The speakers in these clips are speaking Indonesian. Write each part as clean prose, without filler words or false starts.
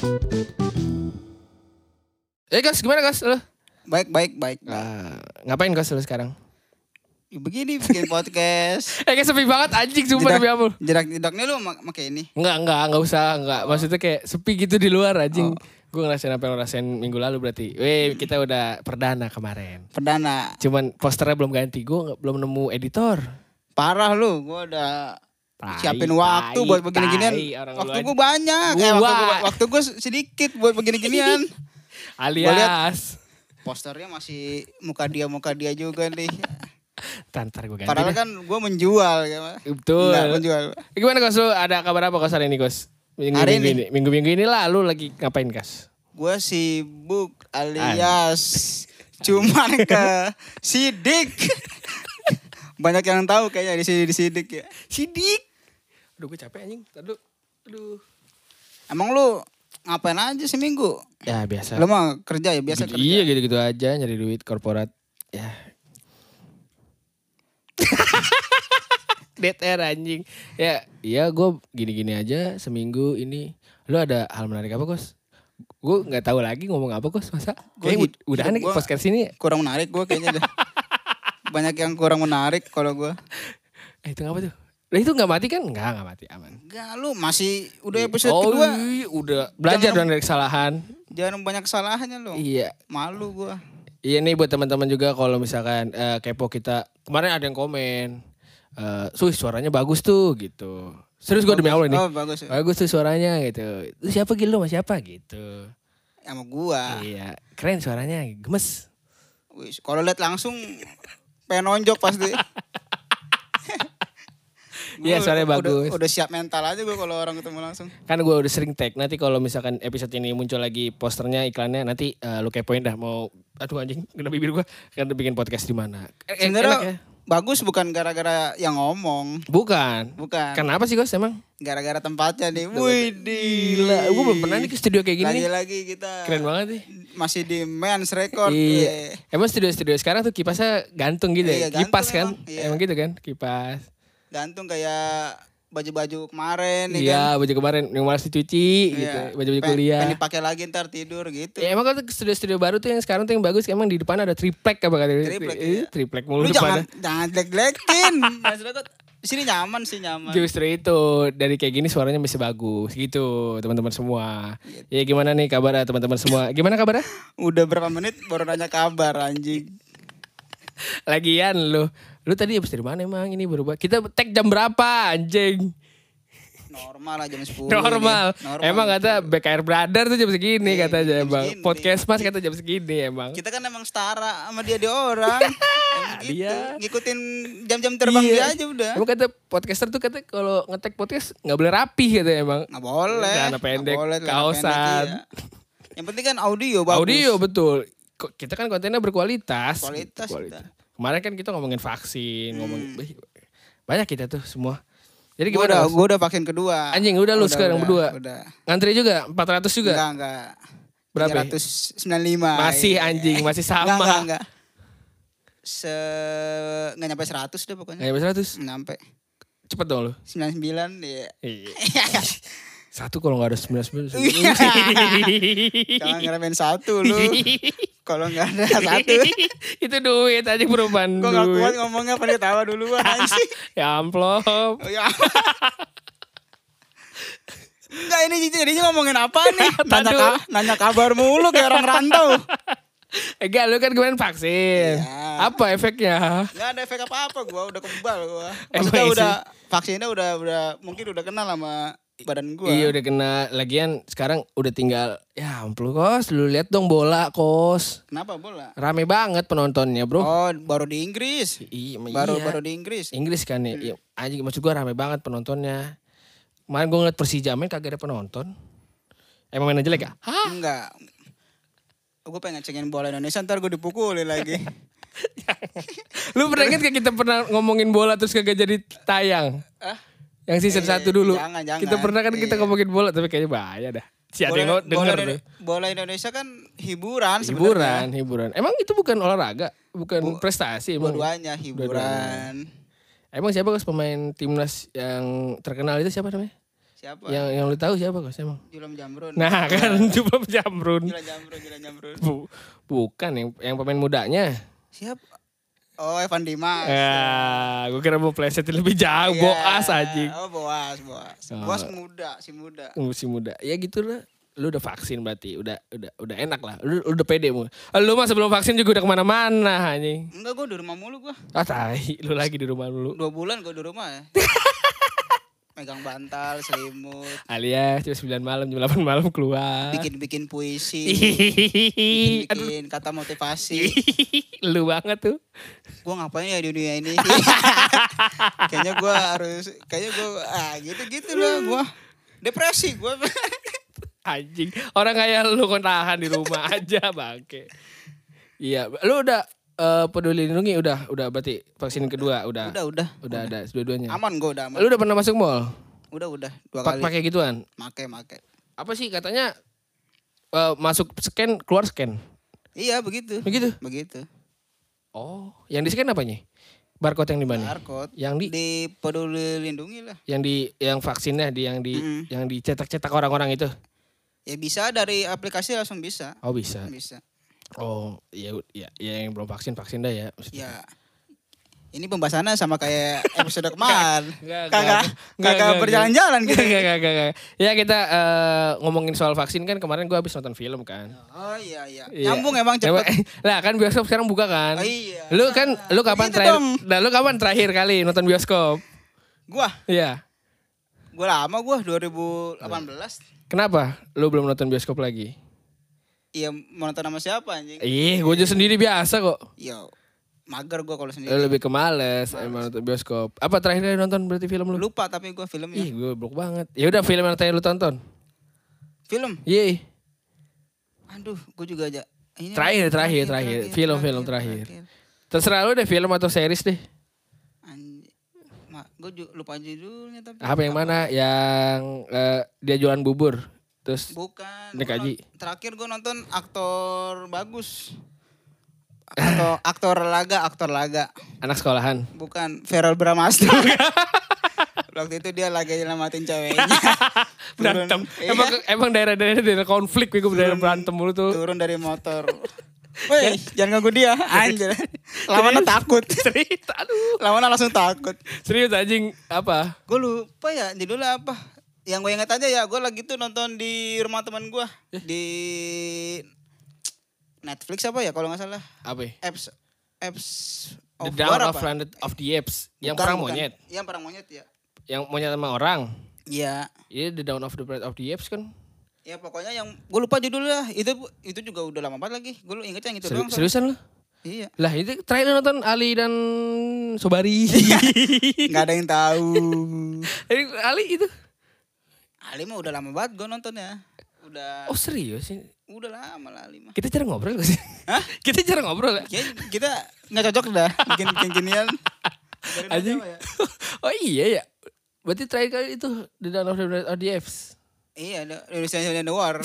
Gas, gimana Gas lo? Baik. Ngapain Gas lo sekarang? Begini bikin podcast. Gas sepi banget anjing sumpah demi apa? Jedak-jedaknya lu pakai ini. Enggak usah. Maksudnya kayak sepi gitu di luar anjing. Gue ngerasain apa yang ngerasain minggu lalu berarti. Kita udah perdana kemarin. Perdana. Cuman posternya belum ganti. Gue belum nemu editor. Parah lu, gue udah siapin waktu buat begini-ginian. Waktu gue banyak. Waktu gue sedikit buat begini-ginian. Alias posternya masih muka dia juga nih. Ntar gue ganti. Padahal kan gue menjual ya. Betul. Enggak menjual. Gimana Gas lu? Ada kabar apa Gas hari ini Gas? Minggu-minggu ini lah lu lagi ngapain Gas? Gue sibuk alias cuman ke sidik. Banyak yang tahu kayaknya di sidik ya. Sidik. Aduh gue capek anjing. Aduh. Emang lu ngapain aja seminggu? Ya biasa. Lu mah kerja ya biasa gitu, kerja. Iya gitu-gitu aja nyari duit korporat. Ya. Dead air anjing. Ya gue gini-gini aja seminggu ini. Lu ada hal menarik apa Kos? Gue gak tahu lagi ngomong apa Kos. Masa? Udah aneh podcast ini. Kurang menarik gue kayaknya deh. Banyak yang kurang menarik kalau gue. Itu ngapa tuh? Lah itu gak mati kan? Enggak mati aman. Enggak, lu masih udah episode kedua. Udah belajar dari kesalahan. Jangan banyak kesalahannya lu. Iya. Malu gue. Iya nih buat teman-teman juga kalau misalkan kepo kita. Kemarin ada yang komen. Suaranya bagus tuh gitu. Serius gue demi Allah nih. Oh bagus. Bagus tuh suaranya gitu. Lu siapa Gil, lu sama siapa gitu. Sama gua. Iya, keren suaranya, gemes. Wih, kalau lihat langsung pengen nonjok pasti. Iya suaranya bagus. Udah siap mental aja gue kalau orang ketemu langsung. Kan gue udah sering tag. Nanti kalau misalkan episode ini muncul lagi posternya, iklannya, nanti lu kepoin dah mau. Aduh anjing, kena bibir gue. Kan udah bikin podcast di mana? Sebenarnya bagus bukan gara-gara yang ngomong. Bukan. Kenapa sih Gos emang? Gara-gara tempatnya nih. Wih gila. Gue belum pernah nih ke studio kayak gini. Lagi-lagi kita. Keren banget nih. Masih di Men's Record. Iya. Emang studio sekarang tuh kipasnya gantung gitu ya? Kipas kan? Emang gitu kan? Kipas. Gantung kayak baju-baju kemarin. Iya, baju kemarin yang malas dicuci gitu. Baju-baju kuliah. Pengen dipakai lagi ntar tidur gitu. Ya emang kalau studio baru tuh yang sekarang tuh yang bagus emang di depan ada triplek apa katanya. Triplek mulu depan. Jangan jelek-jelekin. Di sini nyaman. Justru itu dari kayak gini suaranya masih bagus gitu teman-teman semua. Gitu. Ya gimana nih kabar teman-teman semua? Gimana kabarnya? Udah berapa menit baru nanya kabar anjing. Lagian lu tadi habis dari mana emang ini berubah? Kita tag jam berapa anjing? Normal lah jam 10. Normal. Emang kata BKR Brother tuh jam segini katanya emang. Podcast Mas kata jam segini emang. Kita kan emang setara sama dia orang. Gitu. Dia ngikutin jam-jam terbang dia aja udah. Emang kata podcaster tuh kata kalau nge-tag podcast gak boleh rapi kata emang. Gak boleh. Celana pendek, kaosan. Iya. Yang penting kan audio bagus. Audio betul. Kita kan kontennya berkualitas. Kualitas. Kemarin kan kita ngomongin vaksin, banyak kita tuh semua. Jadi gimana? Gue udah vaksin kedua. Anjing udah lu sekarang berdua. Udah. Ngantri juga 400 juga? Enggak. Berapa? 395. Masih anjing, masih sama. Enggak. Enggak nyampe 100 deh pokoknya. Enggak nyampe 100? Nyampe. Cepet dong lu. 99 ya. Iya. Satu kalau gak ada 99. Jangan ngeremehin satu lu. Kalau gak ada satu. Itu duit aja perubahan duit. Gue gak kuat ngomongnya pada tawa duluan anjing. Ya amplop. Oh, ya. Enggak ini jadinya ngomongin apa nih? Nanya kabar mulu kayak orang rantau. Enggak lu kan kemarin vaksin. Ya. Apa efeknya? Gak ada efek apa-apa gue udah kebal gue. Maksudnya udah vaksinnya udah mungkin udah kenal sama badan gue. Iya udah kena. Lagian sekarang udah tinggal. Ya ampun Kos, lu lihat dong bola Kos. Kenapa bola? Rame banget penontonnya bro. Oh baru di Inggris. Baru di Inggris. Inggris kan ya. Iya. Anjing maksud gue rame banget penontonnya. Kemarin gue ngeliat Persija main kagak ada penonton. Emang main jelek ya? Hah? Enggak. Gue pengen ngecengin bola Indonesia ntar gue dipukulin lagi. Lu pernah inget gak kita pernah ngomongin bola terus kagak jadi tayang? Yang season 1 dulu. Jangan. Kita pernah kan kita ngomongin bola tapi kayaknya bahaya dah. Si ada yang denger. Bola Indonesia kan hiburan. Hiburan. Emang itu bukan olahraga? Bukan prestasi? Dua-duanya hiburan. Emang siapa Gus pemain timnas yang terkenal itu siapa namanya? Siapa? Yang lu tahu siapa Kos emang? Julam Jamrun. Nah kan Julam Jamrun. Julam Jamrun. Bukan yang pemain mudanya. Siapa? Oh, Evan Dimas. Ya, gue kira mau plesetin lebih jauh. Boas anjing. Oh, Boas. Boas muda, si muda. Ya gitu lah. Lu udah vaksin berarti, udah enak lah. Lu udah pede mu. Lu mah sebelum vaksin juga udah kemana-mana anjing. Enggak, gue di rumah mulu gue. Ah tai, lu lagi di rumah dulu. 2 bulan gue di rumah ya. Megang bantal, selimut. Alias jam 9 malam, jam 8 malam keluar. Bikin puisi. bikin kata motivasi. Lu banget tuh. Gue ngapain ya di dunia ini? kayaknya gue gitu lah gue. Depresi gue. Anjing. Orang kayak lu kon tahan di rumah aja bangke. Iya, lu udah peduli lindungi udah berarti vaksin kedua udah ada dua-duanya. Aman gue udah aman. Lu udah pernah masuk mall? Udah 2 kali. Pakai gituan? Make. Apa sih katanya masuk scan keluar scan? Iya begitu. Begitu. Oh, yang di scan apanya? Barcode yang di mana? Barcode. Yang di peduli lindungi lah. Yang vaksinnya yang dicetak-cetak orang-orang itu. Ya bisa dari aplikasi langsung bisa. Oh bisa. Bisa. Oh ya yang belum vaksin dah ya. Maksudnya. Ya. Ini pembahasannya sama kayak episode kemarin. Kagak berjalan-jalan gitu. Gak. Ya kita ngomongin soal vaksin kan kemarin gue habis nonton film kan. Oh iya. Nyambung emang cepet. Lah kan bioskop sekarang buka kan. Oh iya. Lu kapan terakhir? Lu kapan terakhir kali nonton bioskop? Gua. Iya. Gua lama 2018. Kenapa lu belum nonton bioskop lagi? Iya mau nonton sama siapa anjing? Gue aja sendiri biasa kok. Iya. Mager gue kalau sendiri. Lebih ke males emang nonton bioskop. Apa terakhir kali nonton berarti film lu? Lupa tapi gue filmnya. Ih gue blok banget. Ya udah film yang terakhir lu tonton. Film? Iya. Aduh gue juga aja. Ini terakhir. Film terakhir. Terserah lu deh film atau series deh. Gue lupa judulnya tapi. Apa yang mana? Yang dia jualan bubur. Terus bukan. Dikaji. Terakhir gue nonton aktor bagus. Atau aktor laga. Anak sekolahan. Bukan Verrell Bramasta. Waktu itu dia lagi nyelamatin ceweknya. Berantem. Emang daerah konflik gue daerah berantem mulu tuh. Turun dari motor. Woi, jangan ganggu dia. Anjir. Lawannya takut. Cerita aduh. Lawannya langsung takut. Serius anjing apa? Gue lupa ya judulnya apa. Yang gue ingat aja ya, gue lagi tuh nonton di rumah teman gue. Di Netflix apa ya kalau gak salah. Apa? Apps The Dawn of Planet of the Apes. Yang perang monyet. Yang perang monyet ya. Yang monyet sama orang. Iya. Iya The Dawn of the Planet of the Apes kan. Ya pokoknya yang gue lupa judulnya. Itu juga udah lama banget lagi. Gue inget yang itu doang. Seriusan lu? Iya. Lah itu terakhir nonton Ali dan Sobari. Gak ada yang tahu. Ali itu. Ali mah udah lama banget gue nontonnya. Udah. Oh serius sih? Udah lama lah Ali mah. Kita jarang ngobrol gak sih? Hah? Kita jarang ngobrol ya? Kita gak cocok dah bikin ginian. Anjing. Ya? Oh iya ya. Berarti terakhir kali itu The Dawn of the Apes. Iya, Indonesia The War.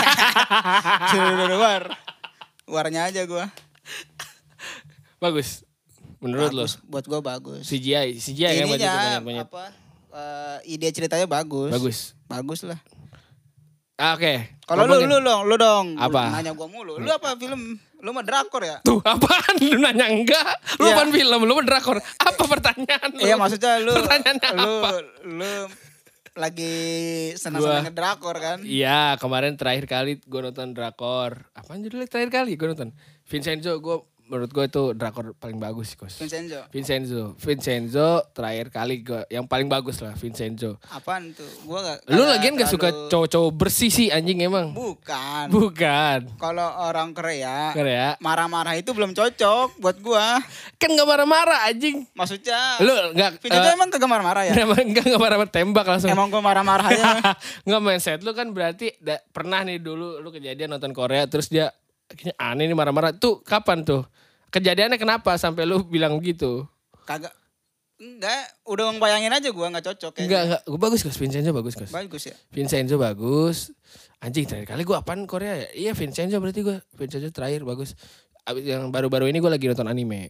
The War. Warnya aja gue. Bagus. Menurut lo? Buat gue bagus. CGI kan banyak. Apa? Ide ceritanya bagus. Bagus lah. Oke. Kalau lu dong. Apa? Nanya gua mulu. Lu apa film? Lu mah drakor ya? Tuh, apaan lu nanya enggak? Lu apaan film? Lu mah drakor. Apa pertanyaan lu? Iya, maksudnya lu apa? Lu lagi senang-senang drakor kan? Iya, kemarin terakhir kali gua nonton drakor. Apaan judulnya terakhir kali gua nonton? Vincenzo, menurut gue itu drakor paling bagus sih, Kos. Vincenzo terakhir kali gue yang paling bagus lah Vincenzo. Apaan tuh? Gua lu lagian gak suka cowok-cowok bersih sih anjing emang? Bukan. Kalau orang Korea marah-marah itu belum cocok buat gua. Kan gak marah-marah anjing. Maksudnya lu gak Vincenzo emang kagak marah-marah ya? Enggak marah-marah, tembak langsung. Emang gua marah-marah aja. Enggak, mindset lu kan berarti pernah nih dulu lu kejadian nonton Korea terus dia kayaknya aneh nih marah-marah. Tuh kapan tuh? Kejadiannya kenapa sampai lu bilang begitu? Enggak, udah ngebayangin aja gua enggak cocok kayaknya. Enggak, bagus Kos, Vincenzo bagus Kos. Bagus ya? Vincenzo bagus. Anjing terakhir kali gua apaan Korea ya? Iya Vincenzo berarti gua. Vincenzo terakhir bagus. Yang baru-baru ini gua lagi nonton anime.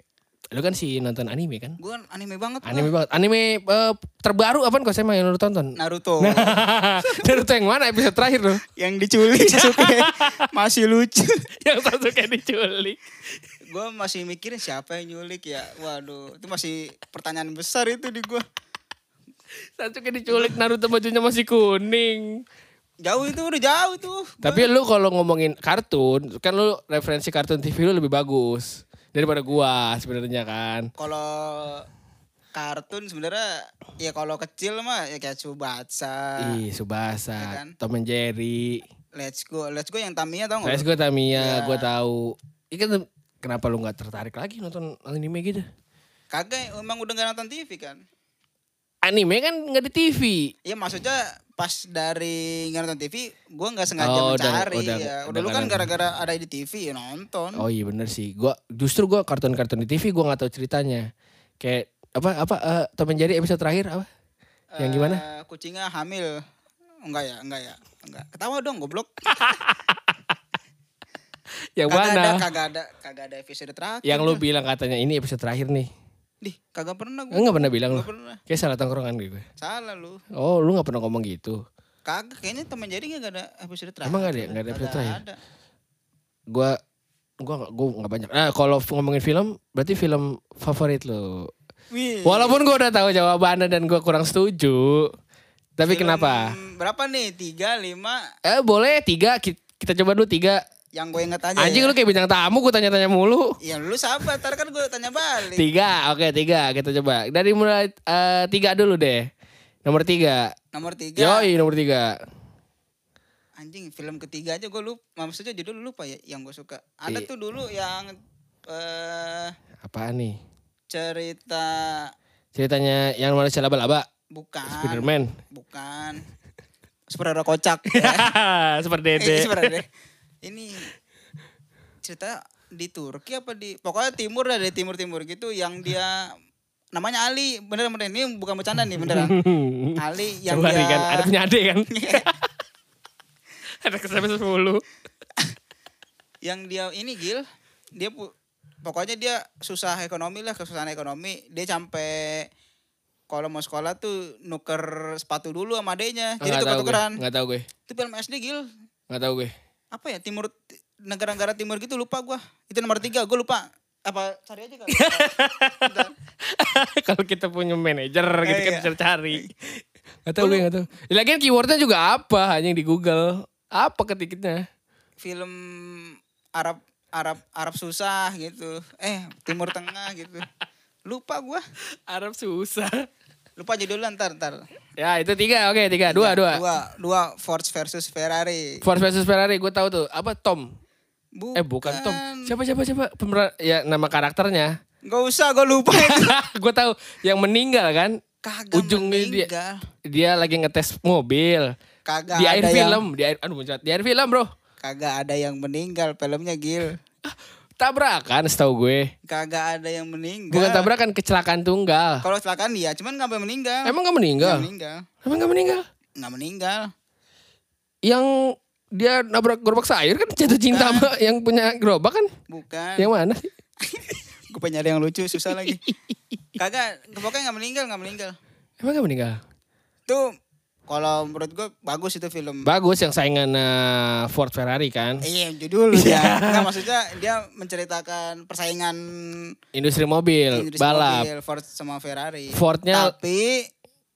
Lu kan sih nonton anime kan? Gue anime banget. Anime banget. Anime terbaru apaan kok Sema yang lu tonton? Naruto. Naruto yang mana episode terakhir lu? Yang diculik Sasuke. Masih lucu. Yang Sasuke diculik. Gue masih mikirin siapa yang nyulik ya. Waduh, itu masih pertanyaan besar itu di gue. Sasuke diculik, Naruto bajunya masih kuning. Jauh itu, udah jauh tuh. Tapi lu kalau ngomongin kartun, kan lu referensi kartun TV lu lebih bagus daripada gua sebenarnya kan. Kalau kartun sebenarnya ya kalau kecil mah ya kayak Tsubasa. Tsubasa, ya kan? Tom and Jerry. Let's go yang Tamiya tau gak? Let's go Tamiya, gua tahu. Ikan kenapa lu nggak tertarik lagi nonton anime gitu? Kagak, emang udah gak nonton TV kan? Anime kan nggak di TV. Iya maksudnya pas dari nggak nonton TV, gue nggak sengaja mencari. Udah lu kan gara-gara ada di TV ya nonton. Oh iya bener sih. Justru gue kartun-kartun di TV gue nggak tahu ceritanya. Kayak apa Tom and Jerry episode terakhir apa? Yang gimana? Kucingnya hamil. Enggak. Ketawa dong goblok. Yang mana? Kagak ada episode terakhir. Yang lu bilang katanya ini episode terakhir nih. Kagak pernah gue. Enggak pernah bilang lu. Pernah. Kayak salah tongkrongan gitu. Salah lu. Oh, lu enggak pernah ngomong gitu. Kagak, kayaknya temen jadi enggak ada episode terakhir. Emang enggak ada episode terakhir. Gua enggak banyak. Nah, kalau ngomongin film, berarti film favorit lu. Walaupun gua udah tahu jawabannya dan gua kurang setuju. Tapi film kenapa? Berapa nih? 3, 5? Boleh 3. Kita coba dulu 3. Yang gue inget aja. Anjing ya? Lu kayak bintang tamu, gue tanya-tanya mulu. Ya lu sabar, ntar kan gue tanya balik. 3, oke 3 kita coba. Dari mulai 3 dulu deh. Nomor 3. Yoi nomor 3. Anjing film ketiga aja gue lupa. Maksudnya judul lupa ya yang gue suka. Ada tuh dulu yang apaan nih? Ceritanya yang manusia laba-laba. Bukan. Spiderman. Bukan. Superhero kocak. Super Dede. Ini cerita di Turki apa pokoknya timur lah, dari timur gitu yang dia namanya Ali, beneran ini bukan bercanda nih beneran. Ali yang dia kan ada punya adik kan. Ada kesampe 10. Yang dia ini Gil, dia pokoknya dia kesusahan ekonomi, dia sampai kalau mau sekolah tuh nuker sepatu dulu sama adeknya. Jadi tuker-tukeran. Enggak tahu gue. Itu film SD Gil. Enggak tahu gue. Apa ya negara-negara timur gitu lupa gue. Itu nomor 3 gue lupa. Apa cari aja kan? Kalau kita punya manajer gitu kan bisa cari. Gak tahu gue, gak tahu. Lagian keywordnya juga apa hanya di Google. Apa ketiknya? Film Arab susah gitu. Timur Tengah gitu. Lupa gue. Arab susah. Lupa judulnya ntar. Ya itu 3, oke 3. 2. 2 Ford versus Ferrari. Ford versus Ferrari gue tahu tuh. Apa Tom? Bukan Tom. Siapa? Pemeran ya nama karakternya. Gak usah, gue lupa. Gue tahu yang meninggal kan. Kagak ujungnya dia lagi ngetes mobil. Kagak di air film, di air film, Bro. Kagak ada yang meninggal filmnya, Gil. Tabrakan setahu gue. Kagak ada yang meninggal. Bukan tabrakan, kecelakaan tunggal. Kalau kecelakaan iya, cuman gak meninggal. Emang gak meninggal? Emang gak meninggal? Gak meninggal. Yang dia nabrak gerobak sayur kan jatuh cinta sama yang punya gerobak kan? Bukan. Yang mana sih? Gue pengen nyari yang lucu, susah lagi. Kagak, pokoknya gak meninggal. Emang gak meninggal? Tuh, kalau menurut gue bagus itu film. Bagus, yang saingan Ford Ferrari kan? Iya, judul ya. Nggak, maksudnya dia menceritakan persaingan industri mobil, balap. Ford sama Ferrari. Fordnya. Tapi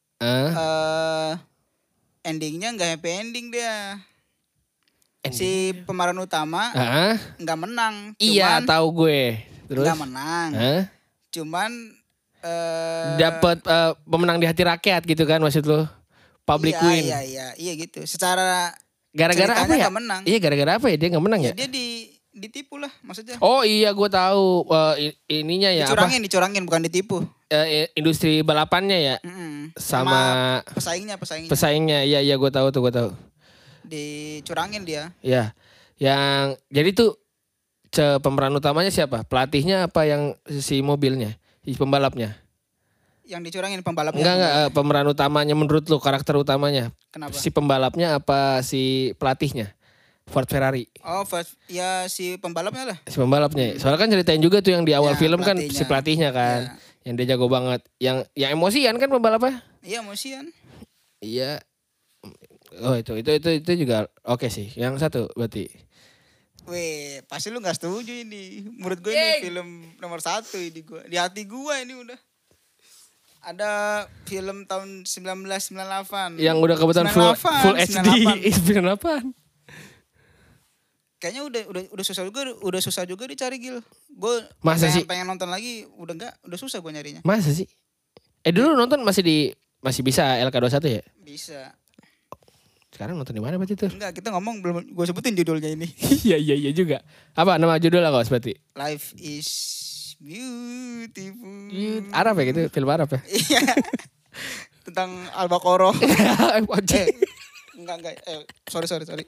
endingnya nggak happy ending dia. Si pemeran utama nggak menang. Iya, tahu gue. Terus? Nggak menang. Cuman dapat pemenang di hati rakyat gitu kan maksud lo? Public win. Iya gitu. Secara gara-gara apa ya? Menang. Iya, gara-gara apa ya dia nggak menang ya? Dia ditipu lah maksudnya. Oh iya, gue tahu ininya ya. Dicurangin bukan ditipu. Industri balapannya ya. Sama pesaingnya. Iya gue tahu. Dicurangin dia. Iya. Yang jadi tuh pemeran utamanya siapa? Pelatihnya apa yang si mobilnya? Si pembalapnya? Yang dicurangin pembalapnya. Enggak, pemeran utamanya menurut lu, karakter utamanya. Kenapa? Si pembalapnya apa si pelatihnya? Ford Ferrari. Oh, ya si pembalapnya lah. Si pembalapnya. Soalnya kan ceritain juga tuh yang di awal film kan si pelatihnya kan. Yang dia jago banget. Yang emosian kan pembalapnya? Iya, emosian. Iya. Oh itu juga oke sih. Yang satu berarti. Weh, pasti lu gak setuju ini. Menurut gue ini film nomor 1 ini gue. Di hati gue ini udah. Ada film tahun 1998. Yang udah kebetulan full HD 98. Kayaknya udah susah juga dicari Gil. Gue pengen nonton lagi, udah susah gue nyarinya. Masa sih? Dulu nonton masih bisa LK21 ya? Bisa. Sekarang nonton di mana berarti tuh? Enggak, kita ngomong belum gue sebutin judulnya ini. Iya juga. Apa nama judulnya kok berarti? Life is beautiful. Arab ya gitu, film Arab ya? Iya. Tentang Al-Baqarah. Enggak. Sorry.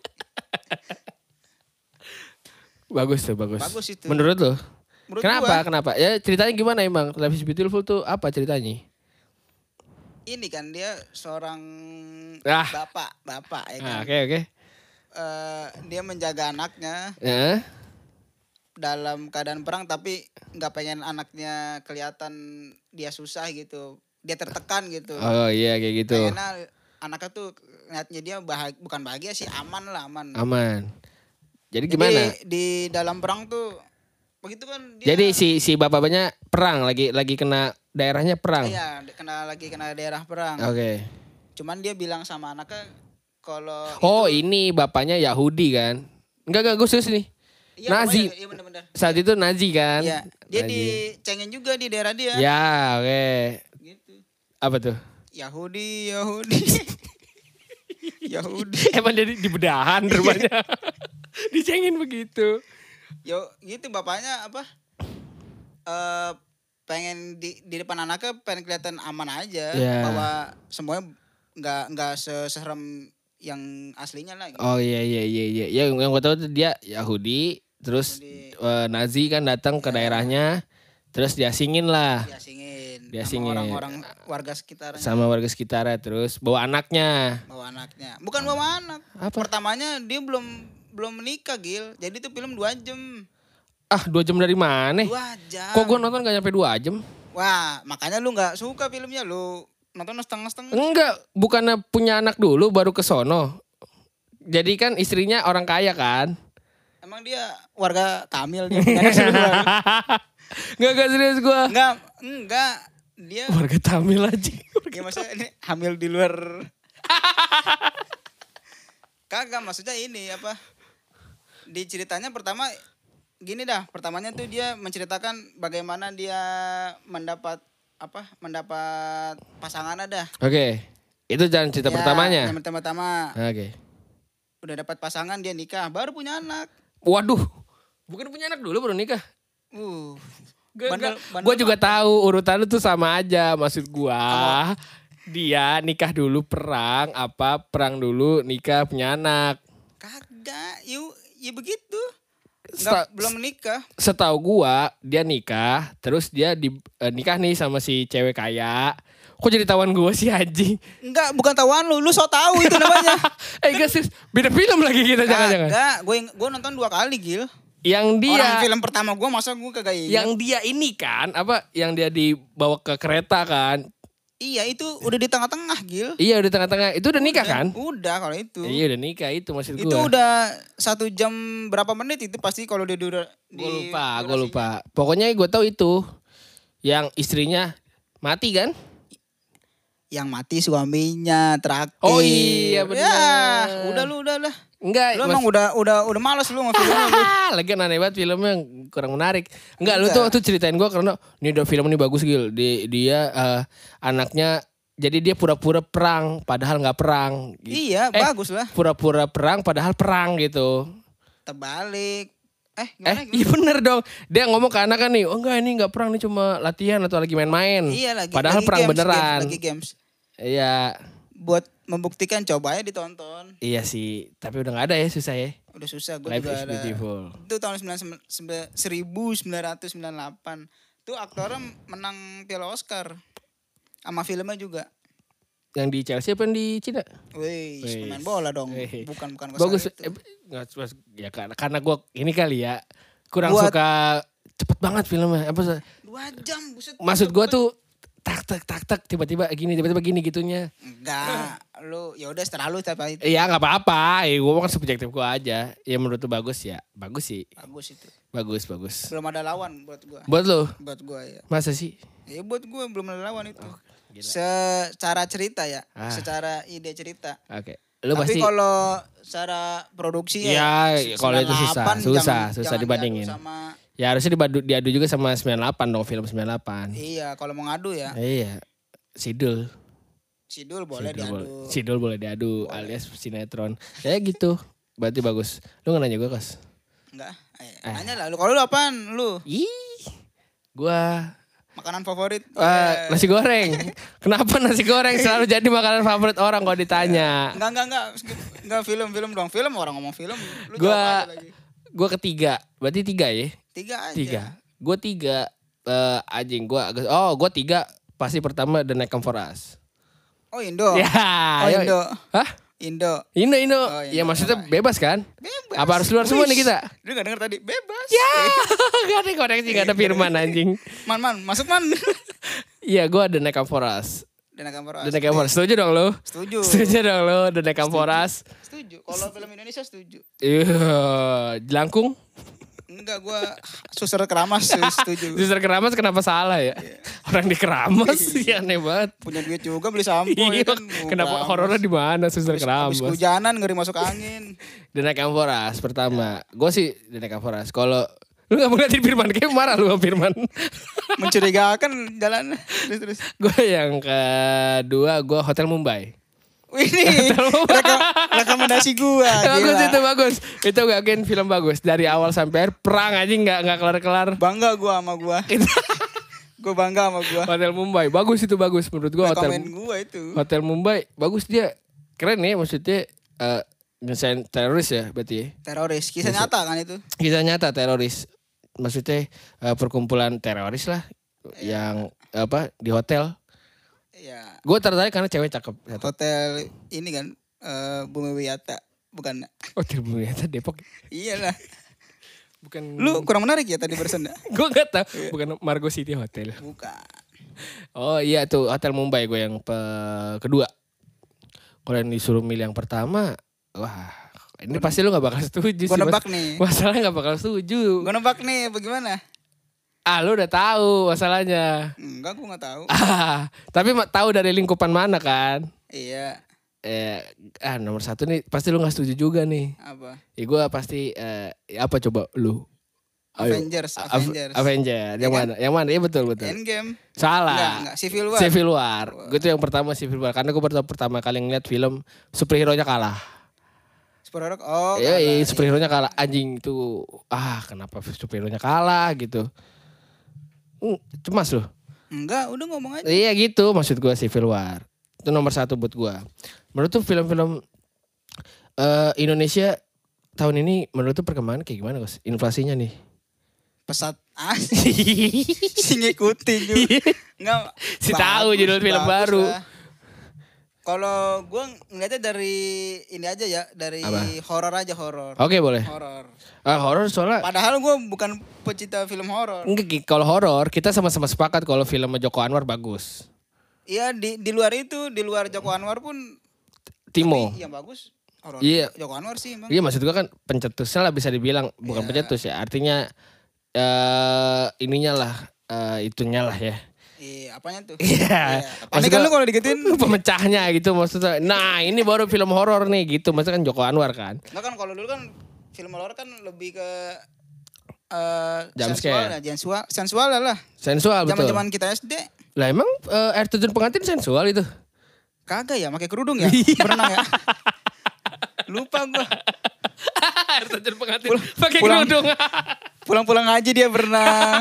Bagus tuh. Bagus itu. Menurut lo? Kenapa? Ya ceritanya gimana emang? Life is beautiful tuh apa ceritanya? Ini kan dia seorang bapak ya kan. Oke. Dia menjaga anaknya. Dalam keadaan perang tapi nggak pengen anaknya kelihatan dia susah gitu, dia tertekan gitu. Oh iya kayak gitu. Karena anaknya tuh ngeliatnya dia bukan bahagia sih, aman. Jadi gimana? Di dalam perang tuh begitu kan dia. Jadi si bapaknya perang lagi kena daerahnya perang. Iya, kena daerah perang. Oke. Cuman dia bilang sama anaknya kalau ini bapaknya Yahudi kan? Enggak gue serius nih. Iya, Nazi. Iya benar. Saat itu Nazi kan? Iya. Dia dicengin juga di daerah dia. Ya, oke. Gitu. Apa tuh? Yahudi. Emang jadi di bedahan rumahnya. Dicengin begitu. Yo, gitu bapaknya apa? Pengen di depan anaknya pengen kelihatan aman aja, bahwa semuanya nggak seserem yang aslinya lah gitu. Oh iya. Ya yang gue tahu tuh dia Yahudi, terus Nazi kan datang ke daerahnya, terus diasingin lah. Diasingin sama orang-orang warga sekitarnya. Sama warga sekitarnya, terus bawa anaknya. Bukan bawa anak. Apa? Pertamanya dia belum menikah Gil. Jadi itu film 2 jam. 2 jam dari mana? 2 jam. Kok gue nonton gak nyampe 2 jam? Wah, makanya lu gak suka filmnya, lu nonton setengah-setengah. Enggak, bukannya punya anak dulu baru ke sono. Jadi kan istrinya orang kaya kan? Emang dia warga Tamil dia. Enggak serius gue. Enggak. Dia warga Tamil aja. Ya maksudnya ini hamil di luar. Kagak, maksudnya ini apa? Di ceritanya pertama gini dah, pertamanya tuh dia menceritakan bagaimana dia mendapat pasangan ada. Oke. Itu jalan cerita pertamanya. Yang pertama. Oke. Udah dapat pasangan, dia nikah, baru punya anak. Waduh. Bukan punya anak dulu baru nikah. Gue juga tahu urutan lu tuh sama aja, maksud gua. Dia nikah dulu perang dulu nikah punya anak. Kagak, ya begitu. Belum menikah. Setahu gua dia nikah, terus dia nikah nih sama si cewek kaya. Kok jadi tawan gua sih anjing? Enggak, bukan tawan lu so tahu itu namanya. Guys, beda film lagi kita jangan-jangan. Enggak, gue nonton 2 kali Gil. Yang dia orang film pertama gue masa gue kagak ingat. Yang dia ini kan yang dia dibawa ke kereta kan. Iya itu udah di tengah-tengah Gil. Iya udah tengah-tengah. Itu udah nikah kan? Udah kalau itu. Iya udah nikah itu maksud gue. Itu udah 1 jam berapa menit itu pasti kalau dia gue lupa. Pokoknya gue tahu itu. Yang istrinya mati kan? Yang mati suaminya terakhir. Oh iya benar. Ya, udah lah. Enggak, lu emang udah malas lu sama filmnya lu. Lagi aneh banget filmnya kurang menarik. Enggak, lu tuh ceritain gue karena ini udah film ini bagus Gil. Dia anaknya jadi dia pura-pura perang padahal nggak perang. Gitu. Iya, bagus lah. Pura-pura perang padahal perang gitu. Terbalik. Gimana? Iya bener dong. Dia ngomong ke anak kan nih, oh enggak ini nggak perang, ini cuma latihan atau lagi main-main. Iya lagi. Padahal lagi perang games, beneran. Lagi games. Iya. Buat membuktikan coba ya ditonton. Iya sih, tapi udah nggak ada ya, susah ya. Udah susah, gue Life juga is beautiful. Itu tahun 1998. Itu aktornya menang Piala Oscar sama filmnya juga. Yang di Chelsea apa yang di Cina? Wih, pemain bola dong. Bukan bagus. Ya karena gue ini kali ya kurang suka cepet banget filmnya. Apa 2 jam buset. Maksud gue tuh tak tiba-tiba gini gitunya. Enggak, lu ya udah setelah lu tapi itu. Iya, enggak apa-apa. Gue kan subjektif gue aja. Ya menurut lu bagus ya. Bagus sih. Bagus itu. Bagus. Belum ada lawan buat gua. Buat lu? Buat gua ya. Masa sih? Ya buat gua belum ada lawan itu. Secara cerita ya, secara ide cerita. Oke. Lu tapi pasti kalau secara produksi ya kalau itu susah dibandingin. Ya harusnya diadu juga sama 98 dong, film 98. Iya, kalau mau ngadu ya. Iya. Sidul boleh diadu. Sidul boleh diadu alias sinetron. Ya gitu. Berarti bagus. Lu nggak nanya gue, Kos? Enggak. Nanya lah lu. Kalau lu apaan lu? Gua makanan favorit? Nasi goreng. Kenapa nasi goreng selalu jadi makanan favorit orang kalau ditanya? Enggak film dong. Film orang ngomong film. Lu Gua ketiga. Berarti 3 ya? 3 aja. Gue 3. Anjing gue 3. Pasti pertama The Night Come For Us. Oh Indo. Ya. Indo. Hah? Indo. Oh, ya maksudnya bebas kan? Bebas. Apa harus luar semua nih kita? Lu gak denger tadi? Bebas. Ya. Gak ada koneksi, gak ada firman anjing. Man, masuk man. Iya, gue The Night Come For Us. The Night Come For Us. The Night Come For Us. Setuju dong lo? Setuju dong lo The Night Come For Us. Setuju. Kalau film Indonesia setuju. Iya, Jelangkung? Enggak, gue Suster Keramas setuju. Suster Keramas kenapa salah ya? Orang di Keramas ya aneh banget. Punya duit juga beli sampo ya kan. Kenapa horornya di mana Suster Keramas? Habis hujanan ngeri masuk angin. The Night Come For Us pertama. Gue sih The Night Come For Us. Kalau lu gak mau ngeliatin Firman, kayak marah lu sama Firman. Mencurigakan jalan. Terus. Gue yang kedua gue Hotel Mumbai. Ini rekomendasi gua. Bagus. Itu gak kan film bagus dari awal sampai akhir, perang aja nggak kelar. Bangga gua sama gua. Gue bangga sama gua. Hotel Mumbai bagus menurut gua. Hotel Mumbai bagus, dia keren ya, maksudnya nyesain teroris ya berarti ya. Teroris kisah nyata kan itu. Kisah nyata teroris, maksudnya perkumpulan teroris lah yang di hotel. Ya. Gue tertarik karena cewek cakep. Hotel ini kan Bumi Wiyata, bukan? Hotel Bumi Wiyata Depok. Iyalah. Bukan. Lu kurang menarik ya tadi barusan. Gue nggak tahu. Bukan Margo City Hotel. Bukan. Oh iya tuh Hotel Mumbai gue yang kedua. Kalau yang disuruh milih yang pertama, wah ini pasti lu gak bakal setuju. Gue nebak nih. Masalahnya gak bakal setuju. Gue nebak nih, bagaimana? Lu udah tahu masalahnya. Enggak, gue gak tahu. Tapi tahu dari lingkupan mana kan? Iya. Nomor 1 nih pasti lu gak setuju juga nih. Apa? Ya gue pasti apa coba lu? Avengers. Yang mana? Yang mana? Iya betul. Endgame. Salah. Enggak. Civil War. Gue tuh yang pertama Civil War. Karena gue pertama kali ngeliat film superhero-nya kalah. Superhero? Iya, superhero-nya kalah. Anjing tuh. Kenapa superhero-nya kalah gitu. Cemas loh. Enggak, udah ngomong aja. Iya gitu maksud gue Civil War. Itu nomor 1 buat gue. Menurut tuh film-film Indonesia tahun ini menurut tuh perkembangan kayak gimana Gus? Inflasinya nih. Pesat si ngikutin juga. Enggak. Si tahu judul film baru. Kalau gue ngeliatnya dari ini aja ya, dari horor aja. Oke, boleh. Horor. Horor soalnya. Padahal gue bukan pecinta film horor. Enggak, kalau horor kita sama-sama sepakat kalau film Joko Anwar bagus. Iya, di luar itu, di luar Joko Anwar pun Timo. Yang bagus horor. Iya. Joko Anwar sih emang. Iya, maksud gue kan pencetusnya lah bisa dibilang, bukan pencetus ya. Artinya ininya lah, itunya lah ya. Iya, apanya tuh? Iya. Tapi kan lu kalau digituin pemecahnya gitu maksudnya. Nah, ini baru film horor nih gitu. Maksudnya kan Joko Anwar kan. Enggak kan kalau dulu kan film horor kan lebih ke sensual lah. Sensual betul. Zaman-zaman kita SD. Lah emang air terjun pengantin sensual itu? Kagak ya, pakai kerudung ya? Berenang ya? Lupa gua. Air terjun pengantin pakai kerudung. Pulang-pulang aja dia berenang.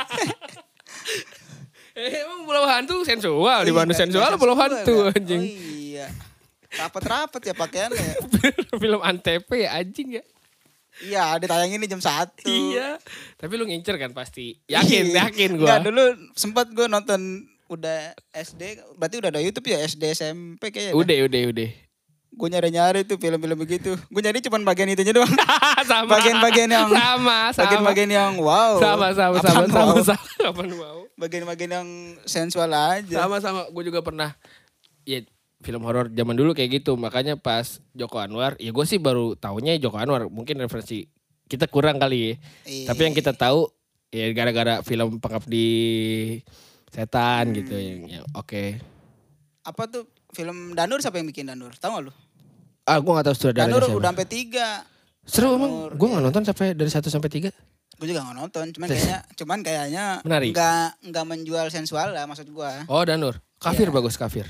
Emang Pulau Hantu sensual, di mana sensual Pulau Hantu anjing. Oh iya. Rapet-rapet ya pakaiannya. Film Antv ya anjing ya. Iya, ditayangin nih jam 1. Iya. Tapi lu ngincer kan pasti. Yakin gue. Enggak, dulu sempat gue nonton udah SD, berarti udah ada YouTube ya, SD SMP kayaknya. Udah. Gue nyari tuh film-film begitu. Gue nyari cuman bagian itunya doang. Sama. Bagian-bagian yang sama. Bagian-bagian yang wow. Sama. Apaan wow? Bagian-bagian yang sensual aja. Sama. Gue juga pernah. Ya film horor zaman dulu kayak gitu. Makanya pas Joko Anwar, ya gue sih baru taunya Joko Anwar. Mungkin referensi kita kurang kali ya. Tapi yang kita tahu ya gara-gara film Pengabdi Setan gitu yang oke. Apa tuh film Danur, siapa yang bikin Danur? Tahu gak lu? Gue gak tahu sutradaranya Danur siapa. udah sampai 3. Seru emang? Gue gak nonton sampai dari 1 sampai 3. Gue juga gak nonton, cuman kayaknya enggak menjual sensual lah maksud gue. Oh Danur, Kafir bagus Kafir.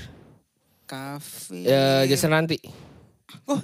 Jason Ranti. Oh,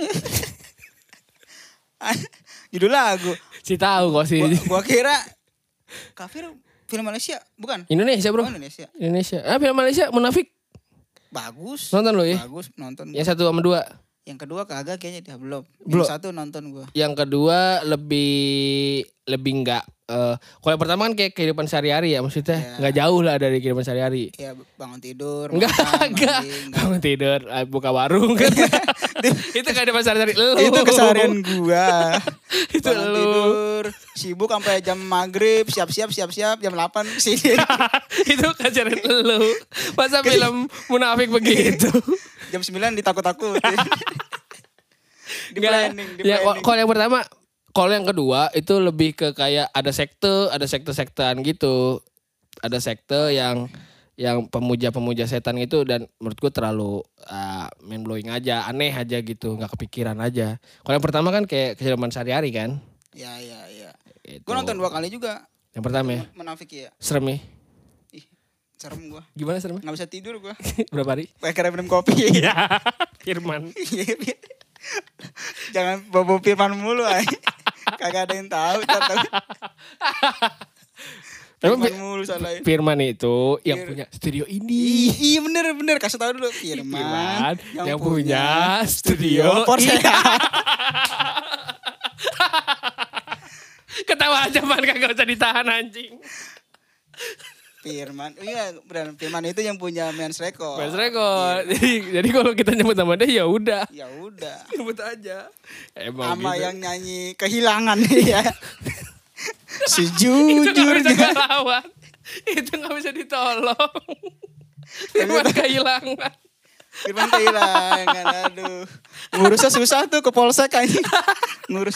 judul lagu. Si tahu kok sih. Gua kira Kafir film Malaysia, bukan? Indonesia bro. Oh, Indonesia. Film Malaysia Munafik. Bagus. Nonton lo ya? Bagus, nonton. Yang 1 sama 2. Yang kedua kagak kayaknya dia belum. Yang 1 nonton gua. Yang kedua lebih enggak. Kalau yang pertama kan kayak kehidupan sehari-hari ya, maksudnya enggak jauh lah dari kehidupan sehari-hari. Iya, bangun tidur. Enggak. Bangun tidur, buka warung kan. Itu kehidupan sehari-hari lu. Itu keseharian gua. Itu bangun lu. Tidur, sibuk sampai jam maghrib, siap-siap jam 8 kesini. Itu keseharian lu. Masa film Munafik begitu. Jam 9 ditakut-takutin. Di planning. Ya, kalau yang pertama, kalau yang kedua itu lebih ke kayak ada sekte-sektean gitu. Ada sekte yang pemuja-pemuja setan gitu dan menurutku terlalu mind blowing aja, aneh aja gitu, nggak kepikiran aja. Kalau yang pertama kan kayak kehidupan sehari-hari kan. Iya. Gue nonton 2 kali juga. Yang pertama ya. Munafik ya. Serem ya. Serem gue. Gimana serem? Gak bisa tidur gue. Berapa hari? Kayak minum kopi. Iya. Firman. Jangan bobo Firman mulu ay. Kagak ada yang tahu. Firman mulu salah. Firman itu yang punya studio ini. Iya bener. Kasih tahu dulu. Firman yang punya studio Porsche. Ketawa aja man, kagak usah ditahan anjing. Firman, iya benar. Firman itu yang punya Men's Record. Jadi kalau kita nyebut nama dia ya udah. Nyebut aja. Emang sama gitu. Yang nyanyi Kehilangan ya. Sejujurnya. Itu gak bisa ngelawan. Itu gak bisa ditolong. Firman kehilangan. Aduh. Ngurusnya susah tuh ke polsek aja. Ngurus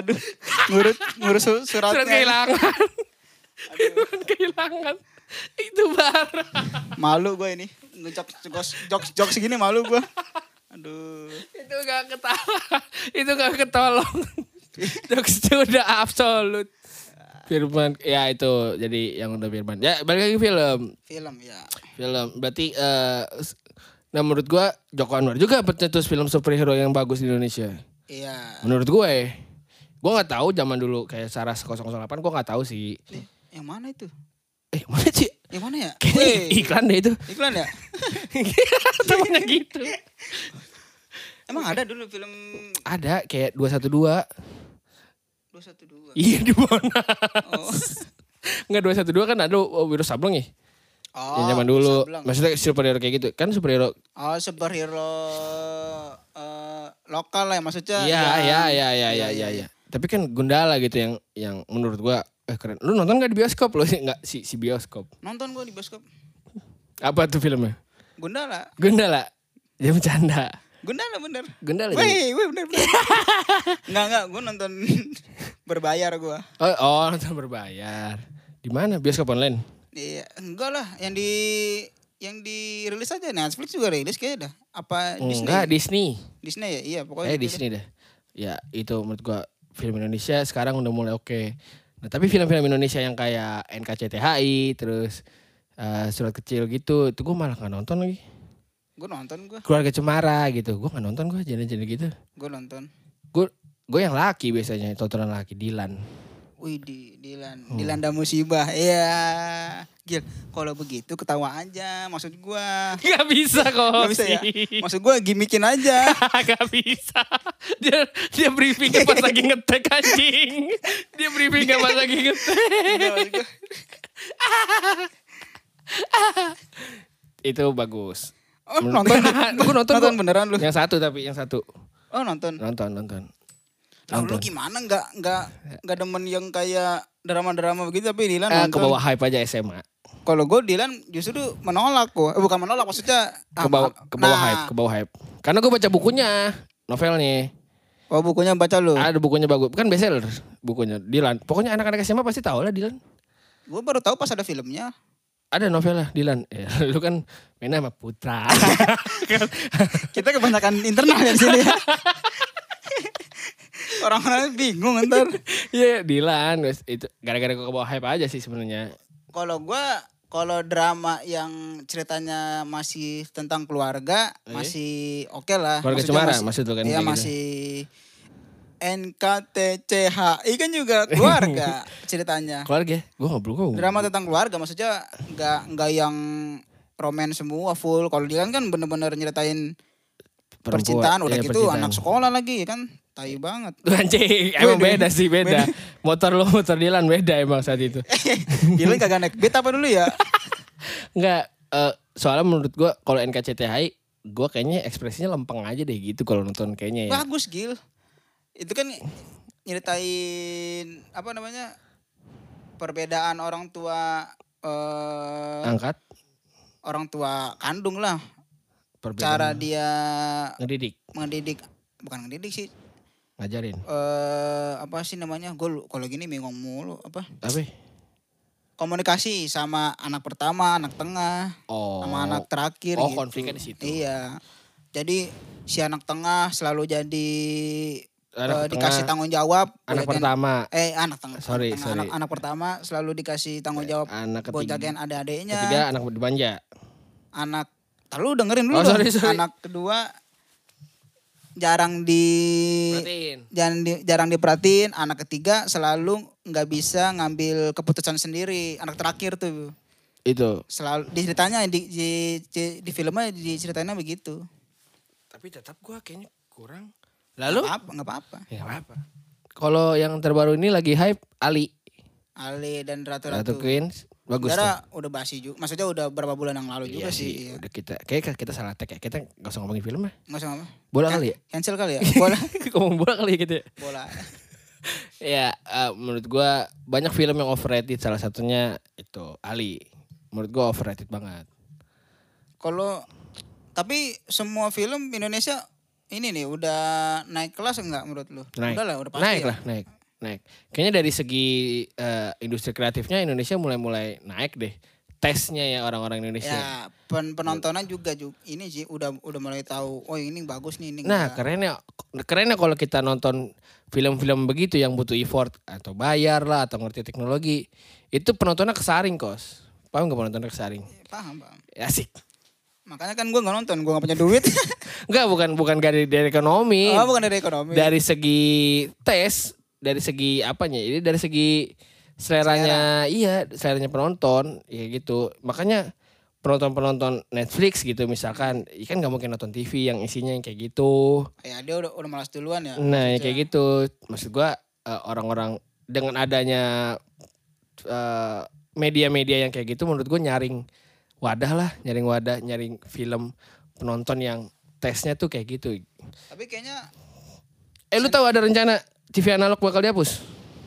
suratnya. Surat kehilangan. Firman kehilangan. Itu parah. Malu gue ini. Jokes segini malu gue. Aduh. Itu gak ketawa. Itu gak ketolong. Jokesnya udah absolut. Firman ya itu jadi yang udah Firman. Ya balik lagi film ya. Film berarti nah menurut gue Joko Anwar juga pencetus film superhero yang bagus di Indonesia. Iya. Menurut gue gak tahu zaman dulu kayak Saras 008 gue gak tahu sih. Yang mana itu? Mana sih? Yang mana ya? Kayaknya iklan deh itu. Iklan ya? Temennya gitu. Emang ada dulu film? Ada kayak 212. 212? Iya di mana? Oh. Enggak 212 kan ada Wiro Sableng ya? Oh, yang zaman dulu. Maksudnya superhero kayak gitu. Kan superhero. Oh superhero lokal lah ya maksudnya. Iya. Tapi kan Gundala gitu yang menurut gua keren. Lu nonton gak di bioskop lo? Enggak si bioskop. Nonton gua di bioskop. Apa tuh filmnya? Gundala. Dia bercanda. Gundala. Wih, bener. Enggak, gua nonton berbayar gua. Oh, nonton berbayar. Di mana? Bioskop online? Iya, enggak lah, yang dirilis aja Netflix juga rilis kayaknya dah. Apa Disney? Enggak, Disney ya? Iya, pokoknya Disney dah. Ya, itu menurut gua film Indonesia sekarang udah mulai oke. Nah, tapi film-film Indonesia yang kayak NKCTHI terus Surat Kecil gitu, itu gua malah enggak nonton lagi. Gue nonton. Keluarga Cemara gitu. Gue gak nonton genre-genre gitu. Gue nonton. Gue yang laki biasanya. Tontonan laki. Dilan. Wih Dilan. Dilanda musibah. Iya. Gil. Kalau begitu ketawa aja. Maksud gue. Gak bisa kok. Gak bisa ya. Maksud gue gimmickin aja. Gak bisa. Dia briefingnya pas lagi ngetek anjing. Dia briefingnya pas lagi ngetek. Itu bagus. Oh nonton? Gue nonton beneran lu? Yang satu. Oh nonton. Nonton. Lu gimana nggak demen yang kayak drama-drama begitu tapi Dilan nonton. Ke bawah hype aja SMA. Kalau gue Dilan justru menolak kok. Bukan menolak maksudnya. Ke bawah hype. Karena gue baca bukunya, novelnya. Oh bukunya baca lu? Ada bukunya bagus. Kan bestseller bukunya Dilan. Pokoknya anak-anak SMA pasti tahu lah Dilan. Gue baru tahu pas ada filmnya. Ada novelnya Dilan. Ya, lu kan main sama Putra. Kita kebanyakan internal ya di sini. Orang-orang bingung ntar. Iya Dilan. Itu gara-gara gue ke bawah hype aja sih sebenarnya. Kalau drama yang ceritanya masih tentang keluarga masih oke lah. Keluarga Cemara maksud lu kan? Iya masih NKTCHI kan juga keluarga ceritanya. Keluarga? Gue ngobrol. Drama tentang keluarga maksudnya nggak yang romance semua full. Kalau dia kan bener-bener nyeritain percintaan udah gitu percintaan. Anak sekolah lagi kan. Tai banget. Anjing, emang beda sih, beda. Motor Dilan beda emang saat itu. Dilan kagak naik beat apa dulu ya? Enggak, soalnya menurut gue kalau NKCTHI, gue kayaknya ekspresinya lempeng aja deh gitu kalau nonton kayaknya ya. Bagus Gil. Itu kan nyeritain apa namanya? Perbedaan orang tua angkat. Orang tua kandung lah. Perbedaan. Cara dia ngedidik. Bukan ngedidik sih. Ngajarin. Apa sih namanya? Gue kalau gini bingung mulu apa? Komunikasi sama anak pertama, anak tengah, sama anak terakhir gitu. Konfliknya di situ. Iya. Jadi si anak tengah selalu jadi dikasih tanggung jawab. Anak pertama. Anak tengah. Sorry. Anak pertama selalu dikasih tanggung jawab buat jagain adik-adiknya. Ketiga anak dimanja. Lu dengerin dulu. Sorry. Anak kedua jarang diperhatiin. Anak ketiga selalu nggak bisa ngambil keputusan sendiri. Anak terakhir tuh itu selalu diceritanya di filmnya diceritainnya begitu. Tapi tetap gue kayaknya kurang. Lalu nggak apa-apa. Ya nggak apa-apa. Kalau yang terbaru ini lagi hype Ali dan Ratu Queens. Bagus udah basi juga. Maksudnya udah berapa bulan yang lalu juga sih. Udah kita salah tag ya. Kita gak usah ngomongin film ya. Gak usah ngomong. Bola kali ya? Cancel kali ya? Bola. Ngomong bola kali ya gitu ya? Bola. Ya menurut gue banyak film yang overrated. Salah satunya itu Ali. Menurut gue overrated banget. Tapi semua film Indonesia ini nih udah naik kelas enggak menurut lu? Naik. Udah pasti naik. Kayaknya dari segi industri kreatifnya Indonesia mulai naik deh. Tesnya ya orang-orang Indonesia. Ya, penontonnya juga ini sih udah mulai tahu. Oh ini bagus nih ini. Nah, kerennya kalau kita nonton film-film begitu yang butuh effort atau bayar lah atau ngerti teknologi, itu penontonnya kesaring, Kos. Paham enggak penontonnya kesaring? Paham. Asik. Makanya kan gue gak nonton, gue gak punya duit. Enggak, bukan dari ekonomi. Oh, bukan dari ekonomi. Dari segi tes. Dari segi apanya? Ini dari segi seleranya penonton ya gitu. Makanya penonton Netflix gitu misalkan, kan nggak mungkin nonton TV yang isinya yang kayak gitu. Ya dia udah malas duluan ya. Nah ya kayak gitu. Maksud gua orang-orang dengan adanya media-media yang kayak gitu, menurut gua nyaring film penonton yang tesnya tuh kayak gitu. Tapi kayaknya. Lu tahu ada rencana TV analog bakal dihapus?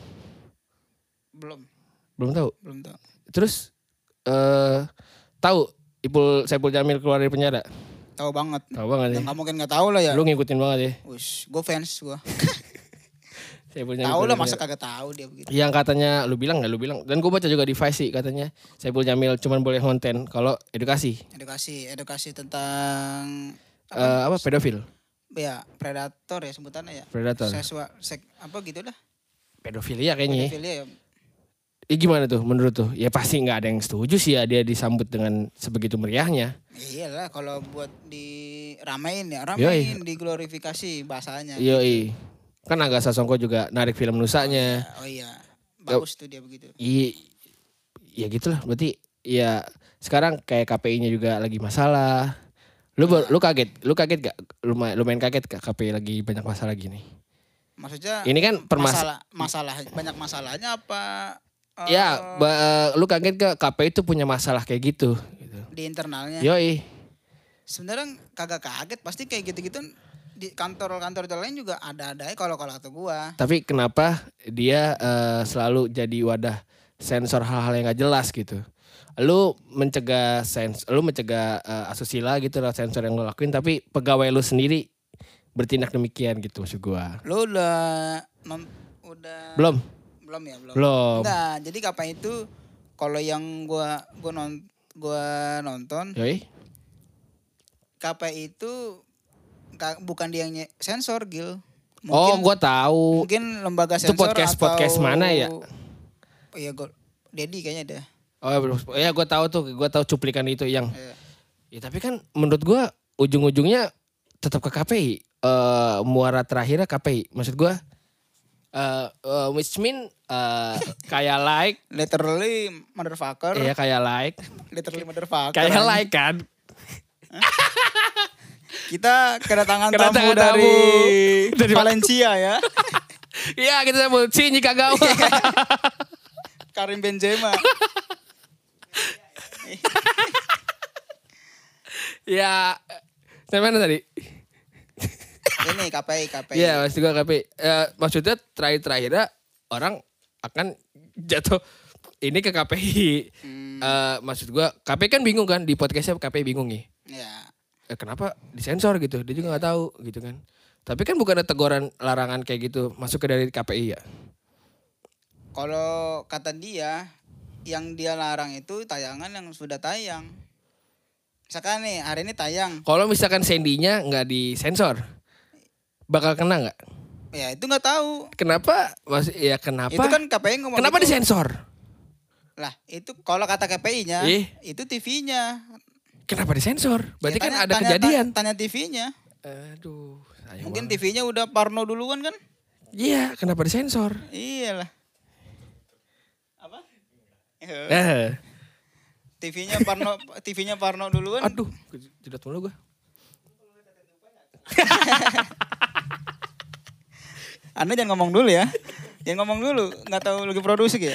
Belum tahu. Terus tahu Saipul Jamil keluar dari penjara? Tahu banget ya. Nggak mungkin nggak tahu lah ya. Lu ngikutin banget ya. Gue fans gue. Tahu lah masa kagak tahu dia begitu. Yang katanya lu bilang. Dan gue baca juga di Vice sih katanya Saipul Jamil cuman boleh konten kalau edukasi tentang pedofil. Ya predator ya sebutannya ya. Predator. Apa gitu dah. Pedofilia kayaknya. Pedofilia ya. Gimana tuh menurut tuh? Ya pasti nggak ada yang setuju sih ya dia disambut dengan sebegitu meriahnya. Iyalah kalau buat diramein diglorifikasi bahasanya. Yoi. Gitu. Kan Agatha Songko juga narik film Nusanya. Oh iya. Bagus tuh dia begitu. Iya gitulah. Berarti ya sekarang kayak KPI-nya juga lagi masalah. Lu kaget gak? Lumayan kaget gak KPI lagi banyak masalah gini? Maksudnya ini kan masalah banyak masalahnya apa Ya, lu kaget ke KPI itu punya masalah kayak gitu. Di internalnya. Yoi. Sebenarnya kagak kaget, pasti kayak gitu-gitu di kantor-kantor lain juga ada kalau kata gua. Tapi kenapa dia selalu jadi wadah sensor hal-hal yang gak jelas gitu? Lu mencegah asusila gitu lah sensor yang lu lakuin, tapi pegawai lu sendiri bertindak demikian gitu maksud gua. Lu udah Belum. Enggak, jadi kapan itu kalau yang gua nonton. Yoi. KPI itu bukan dia yang sensor, Gil. Mungkin, gua tahu. Mungkin lembaga sensor itu podcast mana ya? Iya, Dedi kayaknya deh. Oh ya, gua tahu cuplikan itu yang. Ya tapi kan menurut gua ujung-ujungnya tetap ke KPI. Muara terakhirnya KPI. Maksud gua which mean kayak like literally motherfucker. Iya, kayak like literally motherfucker. Kayak like kan. Kita kedatangan tamu dari Valencia ya. Iya, kita mau Shinji Kagawa. Karim Benzema. Ya, sampai mana tadi? Ini KPI. Iya, maksud gue KPI. Maksudnya terakhir-terakhirnya orang akan jatuh ini ke KPI. Maksud gue KPI kan bingung kan, di podcastnya KPI bingung nih. Iya. Kenapa disensor gitu? Dia juga nggak tahu gitu kan. Tapi kan bukan ada teguran larangan kayak gitu masuk ke dari KPI ya. Kalau kata dia, yang dia larang itu tayangan yang sudah tayang. Misalkan nih hari ini tayang. Kalau misalkan Sandy-nya nggak disensor, bakal kena nggak? Ya itu nggak tahu. Kenapa? Kenapa? Itu kan KPI ngomong. Kenapa gitu. disensor? Lah itu kalau kata KPI-nya, itu TV-nya. Kenapa disensor? Berarti ya, kan ada kejadian. Tanya TV-nya. Aduh. Mungkin TV-nya udah parno duluan kan? Iya, kenapa disensor? Iyalah. Apa? TV-nya parno duluan. Aduh, jedat mulu gue. Anda jangan ngomong dulu ya. Jangan ngomong dulu, enggak tahu lagi produksi ya.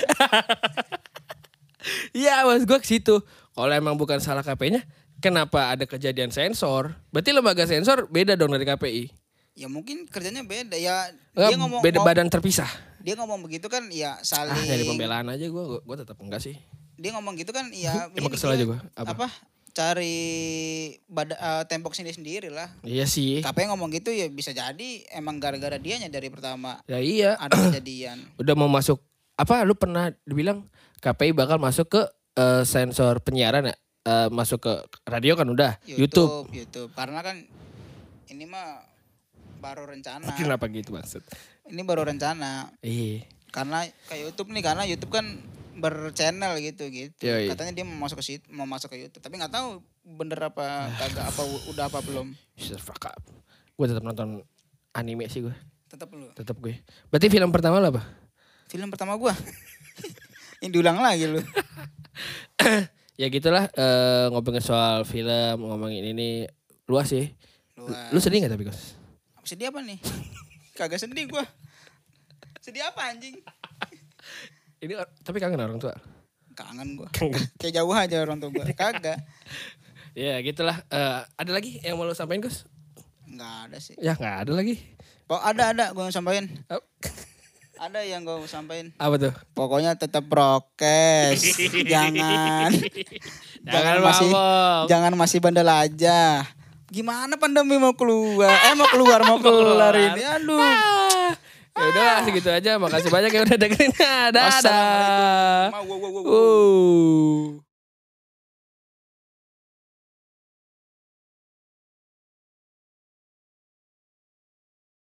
Iya, mas gue ke situ. Kalau emang bukan salah KPI-nya, kenapa ada kejadian sensor? Berarti lembaga sensor beda dong dari KPI. Ya mungkin kerjanya beda ya. Dia ngomong beda badan terpisah. Dia ngomong begitu kan ya saling. Dari pembelaan aja gue tetap enggak sih. Dia ngomong gitu kan ya. Emang kesel aja gue. Apa? Cari tembok sendiri lah. Iya sih. KPI ngomong gitu ya bisa jadi emang gara-gara dianya dari pertama. Ya iya. Ada kejadian. Udah mau masuk apa? Lu pernah dibilang KPI bakal masuk ke sensor penyiaran ya? Masuk ke radio kan udah. YouTube. Karena kan ini mah baru rencana. Kenapa gitu maksud? Ini baru rencana. Iya. Karena kayak YouTube nih, karena YouTube kan berchannel gitu. Yoi. Katanya dia mau masuk ke YouTube, tapi nggak tahu bener apa kagak, apa udah apa belum. Gue tetap nonton anime sih gue. Tetap gue. Berarti film pertama lo apa? Film pertama gue. Ini diulang lagi lu. Ya gitulah, ngomongin soal film, ngomongin ini luas sih. Lu sedih gak tapi Kos? Sedih apa nih? Kagak sedih gue. Sedih apa anjing? Ini tapi kangen orang tua? Kangen gue. Kayak jauh aja orang tua gue. Kagak. Ya gitulah. Ada lagi yang mau lu sampaikan Kos? Enggak ada sih. Ya gak ada lagi. Kok ada gue yang sampaikan. Ada yang gue sampaikan. Apa tuh? Pokoknya tetap prokes. Jangan masih bandel aja. Gimana pandemi mau keluar ini. Aduh. Ya udah segitu aja. Makasih banyak yang udah dengerin. Dadah. Wassalamualaikum. Wow.